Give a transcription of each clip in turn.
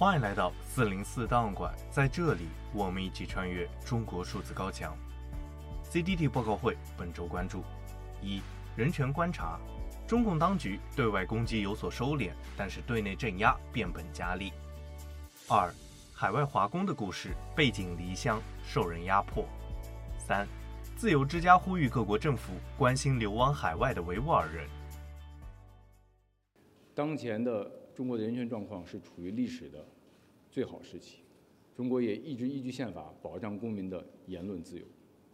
欢迎来到404档案馆，在这里我们一起穿越中国数字高墙。CDT 报告会本周关注：一、人权观察，中共当局对外攻击有所收敛，但是对内镇压变本加厉。二、海外华工的故事，背井离乡，受人压迫。三、自由之家呼吁各国政府关心流亡海外的维吾尔人。 当前的中国的人权状况是处于历史的最好时期，中国也一直依据宪法保障公民的言论自由。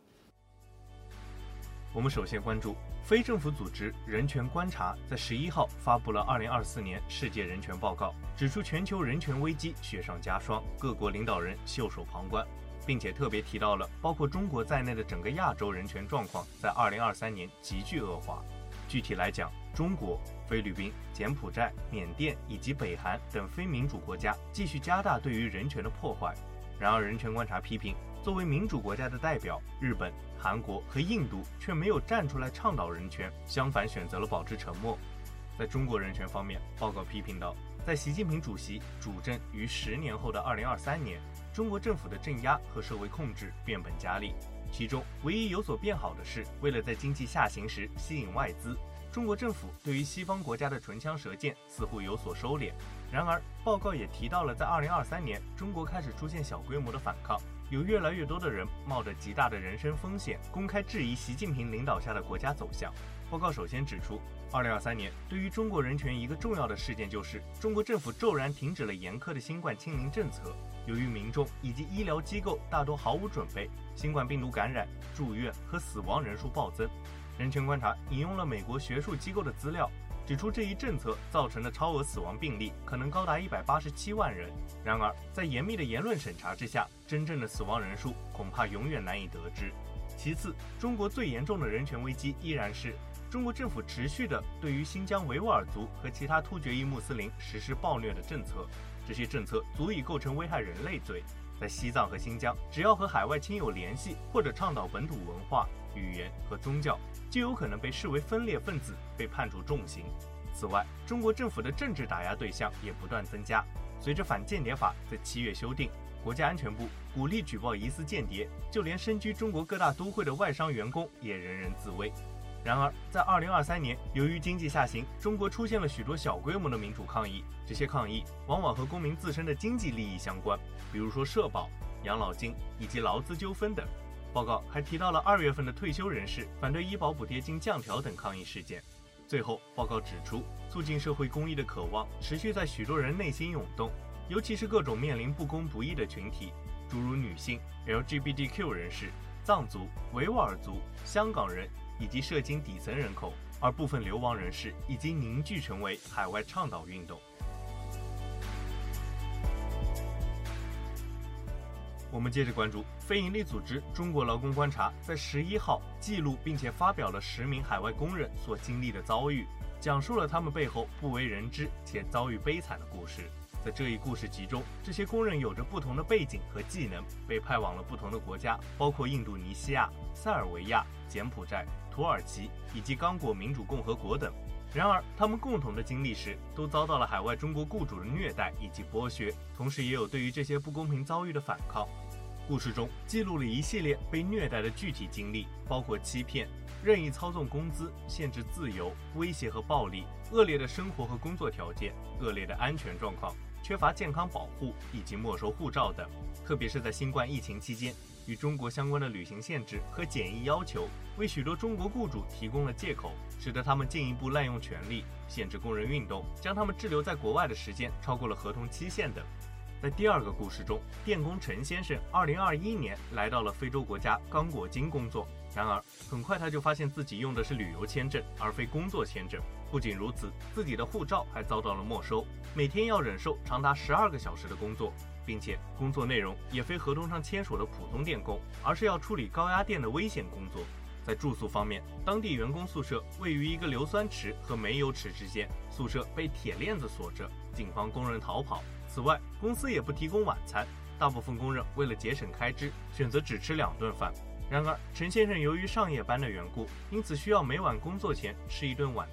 我们首先关注非政府组织人权观察在11号发布了2024年世界人权报告，指出全球人权危机雪上加霜，各国领导人袖手旁观，并且特别提到了包括中国在内的整个亚洲人权状况在2023年急剧恶化。具体来讲，中国、菲律宾、柬埔寨、缅甸以及北韩等非民主国家继续加大对于人权的破坏。然而，人权观察批评，作为民主国家的代表，日本、韩国和印度却没有站出来倡导人权，相反选择了保持沉默。在中国人权方面，报告批评到，在习近平主席主政于10年后的2023年，中国政府的镇压和社会控制变本加厉。其中唯一有所变好的是，为了在经济下行时吸引外资，中国政府对于西方国家的唇枪舌剑似乎有所收敛。然而，报告也提到了，在2023年，中国开始出现小规模的反抗，有越来越多的人冒着极大的人身风险，公开质疑习近平领导下的国家走向。报告首先指出，2023年对于中国人权一个重要的事件就是，中国政府骤然停止了严苛的新冠清零政策。由于民众以及医疗机构大多毫无准备，新冠病毒感染、住院和死亡人数暴增。人权观察引用了美国学术机构的资料，指出这一政策造成的超额死亡病例可能高达187万人。然而，在严密的言论审查之下，真正的死亡人数恐怕永远难以得知。其次，中国最严重的人权危机依然是中国政府持续的对于新疆维吾尔族和其他突厥裔穆斯林实施暴虐的政策，这些政策足以构成危害人类罪。在西藏和新疆，只要和海外亲友联系或者倡导本土文化、语言和宗教，就有可能被视为分裂分子，被判处重刑。此外，中国政府的政治打压对象也不断增加。随着反间谍法在7月修订，国家安全部鼓励举报疑似间谍，就连身居中国各大都会的外商员工也人人自危。然而，在2023年，由于经济下行，中国出现了许多小规模的民主抗议，这些抗议往往和公民自身的经济利益相关，比如说社保、养老金以及劳资纠纷等。报告还提到了2月份的退休人士反对医保补贴金降调等抗议事件。最后，报告指出，促进社会公益的渴望持续在许多人内心涌动，尤其是各种面临不公不义的群体，诸如女性、LGBTQ 人士、藏族、维吾尔族、香港人以及社经底层人口，而部分流亡人士已经凝聚成为海外倡导运动。我们接着关注非营利组织中国劳工观察在11号记录并且发表了10名海外工人所经历的遭遇，讲述了他们背后不为人知且遭遇悲惨的故事。在这一故事集中，这些工人有着不同的背景和技能，被派往了不同的国家，包括印度尼西亚、塞尔维亚、柬埔寨、土耳其以及刚果民主共和国等。然而，他们共同的经历是，都遭到了海外中国雇主的虐待以及剥削，同时也有对于这些不公平遭遇的反抗。故事中记录了一系列被虐待的具体经历，包括欺骗、任意操纵工资、限制自由、威胁和暴力、恶劣的生活和工作条件、恶劣的安全状况、缺乏健康保护以及没收护照等。特别是在新冠疫情期间，与中国相关的旅行限制和检疫要求，为许多中国雇主提供了借口，使得他们进一步滥用权力，限制工人运动，将他们滞留在国外的时间超过了合同期限等。在第二个故事中，电工陈先生2021年来到了非洲国家刚果金工作，然而很快他就发现自己用的是旅游签证而非工作签证。不仅如此，自己的护照还遭到了没收，每天要忍受长达12个小时的工作，并且工作内容也非合同上签署的普通电工，而是要处理高压电的危险工作。在住宿方面，当地员工宿舍位于一个硫酸池和煤油池之间，宿舍被铁链子锁着，谨防工人逃跑。此外，公司也不提供晚餐，大部分工人为了节省开支，选择只吃2顿饭。然而，陈先生由于上夜班的缘故，因此需要每晚工作前吃一顿晚餐。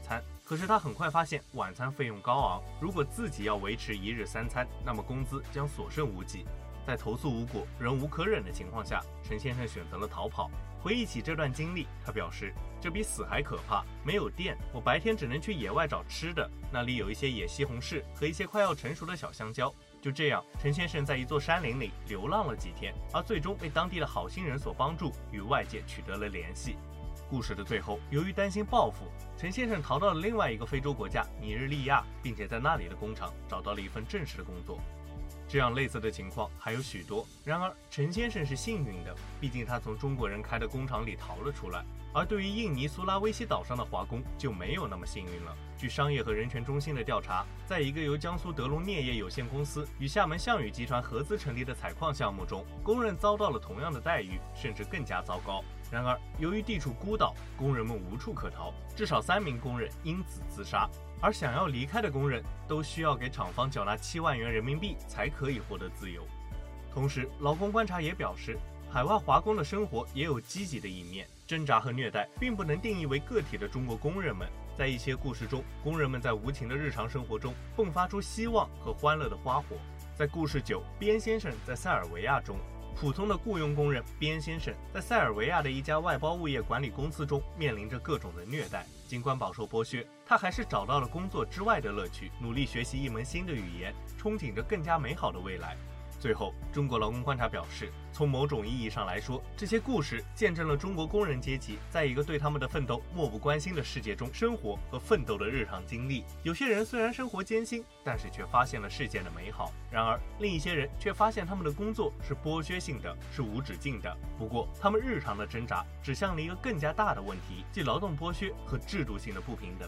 可是他很快发现晚餐费用高昂，如果自己要维持一日3餐，那么工资将所剩无几。在投诉无果、忍无可忍的情况下，陈先生选择了逃跑。回忆起这段经历，他表示，这比死还可怕。没有电，我白天只能去野外找吃的，那里有一些野西红柿和一些快要成熟的小香蕉。就这样，陈先生在一座山林里流浪了几天，而最终被当地的好心人所帮助，与外界取得了联系。故事的最后，由于担心报复，陈先生逃到了另外一个非洲国家尼日利亚，并且在那里的工厂找到了一份正式的工作。这样类似的情况还有许多，然而陈先生是幸运的，毕竟他从中国人开的工厂里逃了出来。而对于印尼苏拉威西岛上的华工就没有那么幸运了。据商业和人权中心的调查，在一个由江苏德龙镍业有限公司与厦门项羽集团合资成立的采矿项目中，工人遭到了同样的待遇，甚至更加糟糕。然而，由于地处孤岛，工人们无处可逃，至少3名工人因此自杀。而想要离开的工人都需要给厂方缴纳7万元人民币才可以获得自由。同时，劳工观察也表示，海外华工的生活也有积极的一面，挣扎和虐待并不能定义为个体的中国工人们。在一些故事中，工人们在无情的日常生活中迸发出希望和欢乐的花火。在故事9边先生在塞尔维亚中，普通的雇佣工人边先生在塞尔维亚的一家外包物业管理公司中面临着各种的虐待，尽管饱受剥削，他还是找到了工作之外的乐趣，努力学习一门新的语言，憧憬着更加美好的未来。最后，中国劳工观察表示，从某种意义上来说，这些故事见证了中国工人阶级在一个对他们的奋斗漠不关心的世界中生活和奋斗的日常经历。有些人虽然生活艰辛，但是却发现了世界的美好；然而，另一些人却发现他们的工作是剥削性的，是无止境的。不过，他们日常的挣扎指向了一个更加大的问题，即劳动剥削和制度性的不平等。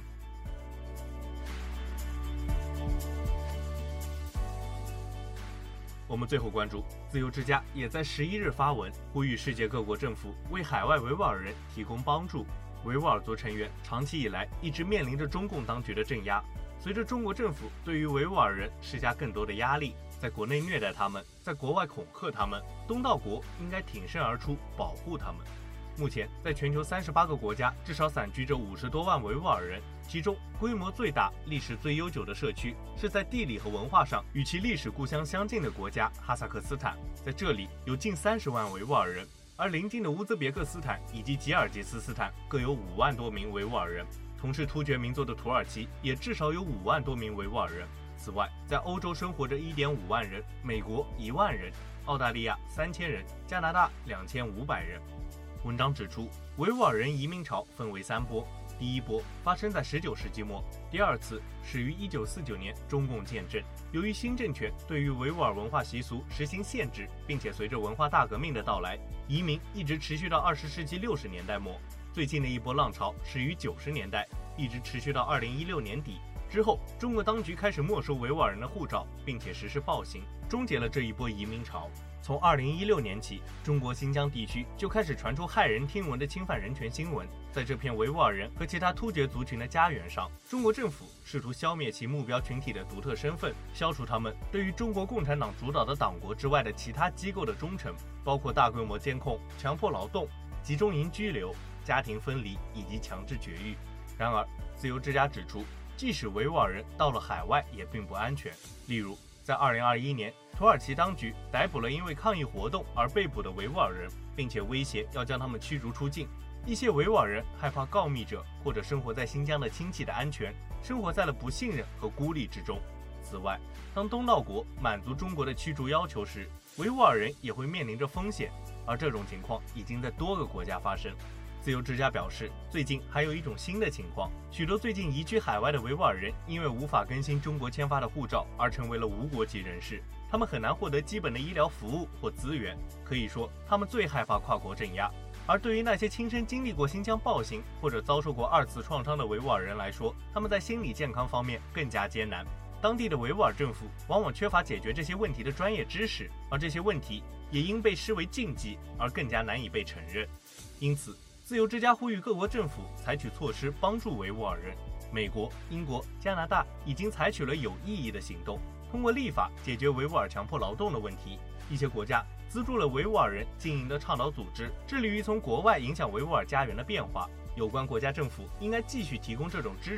我们最后关注，自由之家也在11日发文，呼吁世界各国政府为海外维吾尔人提供帮助。维吾尔族成员长期以来一直面临着中共当局的镇压，随着中国政府对于维吾尔人施加更多的压力，在国内虐待他们，在国外恐吓他们，东道国应该挺身而出保护他们。目前，在全球38个国家，至少散居着50多万维吾尔人，其中规模最大、历史最悠久的社区是在地理和文化上与其历史故乡相近的国家哈萨克斯坦，在这里有近30万维吾尔人，而邻近的乌兹别克斯坦以及吉尔吉斯斯坦各有5万多名维吾尔人，同是突厥民族的土耳其也至少有5万多名维吾尔人。此外，在欧洲生活着1.5万人，美国1万人，澳大利亚3000人，加拿大2500人。文章指出，维吾尔人移民潮分为3波，第一波发生在19世纪末，第二次始于1949年中共建政。由于新政权对于维吾尔文化习俗实行限制，并且随着文化大革命的到来，移民一直持续到20世纪60年代末。最近的一波浪潮始于90年代，一直持续到2016年底。之后，中国当局开始没收维吾尔人的护照，并且实施暴行，终结了这一波移民潮。从2016年起，中国新疆地区就开始传出骇人听闻的侵犯人权新闻。在这片维吾尔人和其他突厥族群的家园上，中国政府试图消灭其目标群体的独特身份，消除他们对于中国共产党主导的党国之外的其他机构的忠诚，包括大规模监控、强迫劳动、集中营拘留、家庭分离以及强制绝育。然而，自由之家指出，即使维吾尔人到了海外也并不安全。例如，在2021年，土耳其当局逮捕了因为抗议活动而被捕的维吾尔人，并且威胁要将他们驱逐出境。一些维吾尔人害怕告密者或者生活在新疆的亲戚的安全，生活在了不信任和孤立之中。此外，当东道国满足中国的驱逐要求时，维吾尔人也会面临着风险，而这种情况已经在多个国家发生。自由之家表示，最近还有一种新的情况，许多最近移居海外的维吾尔人因为无法更新中国签发的护照而成为了无国籍人士，他们很难获得基本的医疗服务或资源，可以说他们最害怕跨国镇压。而对于那些亲身经历过新疆暴行或者遭受过2次创伤的维吾尔人来说，他们在心理健康方面更加艰难。当地的维吾尔政府往往缺乏解决这些问题的专业知识，而这些问题也因被视为禁忌而更加难以被承认。因此，自由之家呼吁各国政府采取措施帮助维吾尔人。美国、英国、加拿大已经采取了有意义的行动，通过立法解决维吾尔强迫劳动的问题。一些国家资助了维吾尔人经营的倡导组织，致力于从国外影响维吾尔家园的变化。有关国家政府应该继续提供这种支持，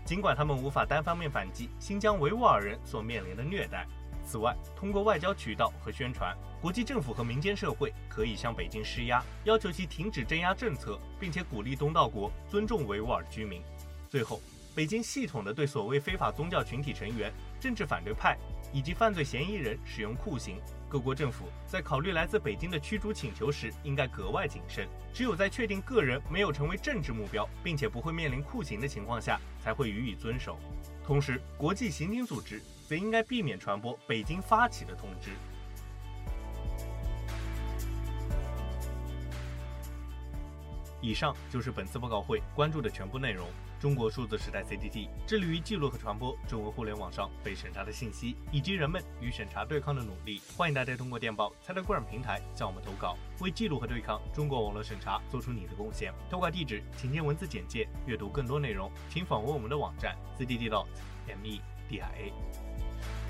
尽管他们无法单方面反击新疆维吾尔人所面临的虐待。此外，通过外交渠道和宣传，国际政府和民间社会可以向北京施压，要求其停止镇压政策，并且鼓励东道国尊重维吾尔居民。最后，北京系统地对所谓非法宗教群体成员、政治反对派以及犯罪嫌疑人使用酷刑。各国政府在考虑来自北京的驱逐请求时，应该格外谨慎。只有在确定个人没有成为政治目标，并且不会面临酷刑的情况下，才会予以遵守。同时，国际刑警组织则应该避免传播北京发起的通知。以上就是本次报告会关注的全部内容。中国数字时代 CDT 致力于记录和传播中文互联网上被审查的信息，以及人们与审查对抗的努力。欢迎大家通过电报、Telegram 平台向我们投稿，为记录和对抗中国网络审查做出你的贡献。投稿地址请见文字简介。阅读更多内容，请访问我们的网站 cdd.media。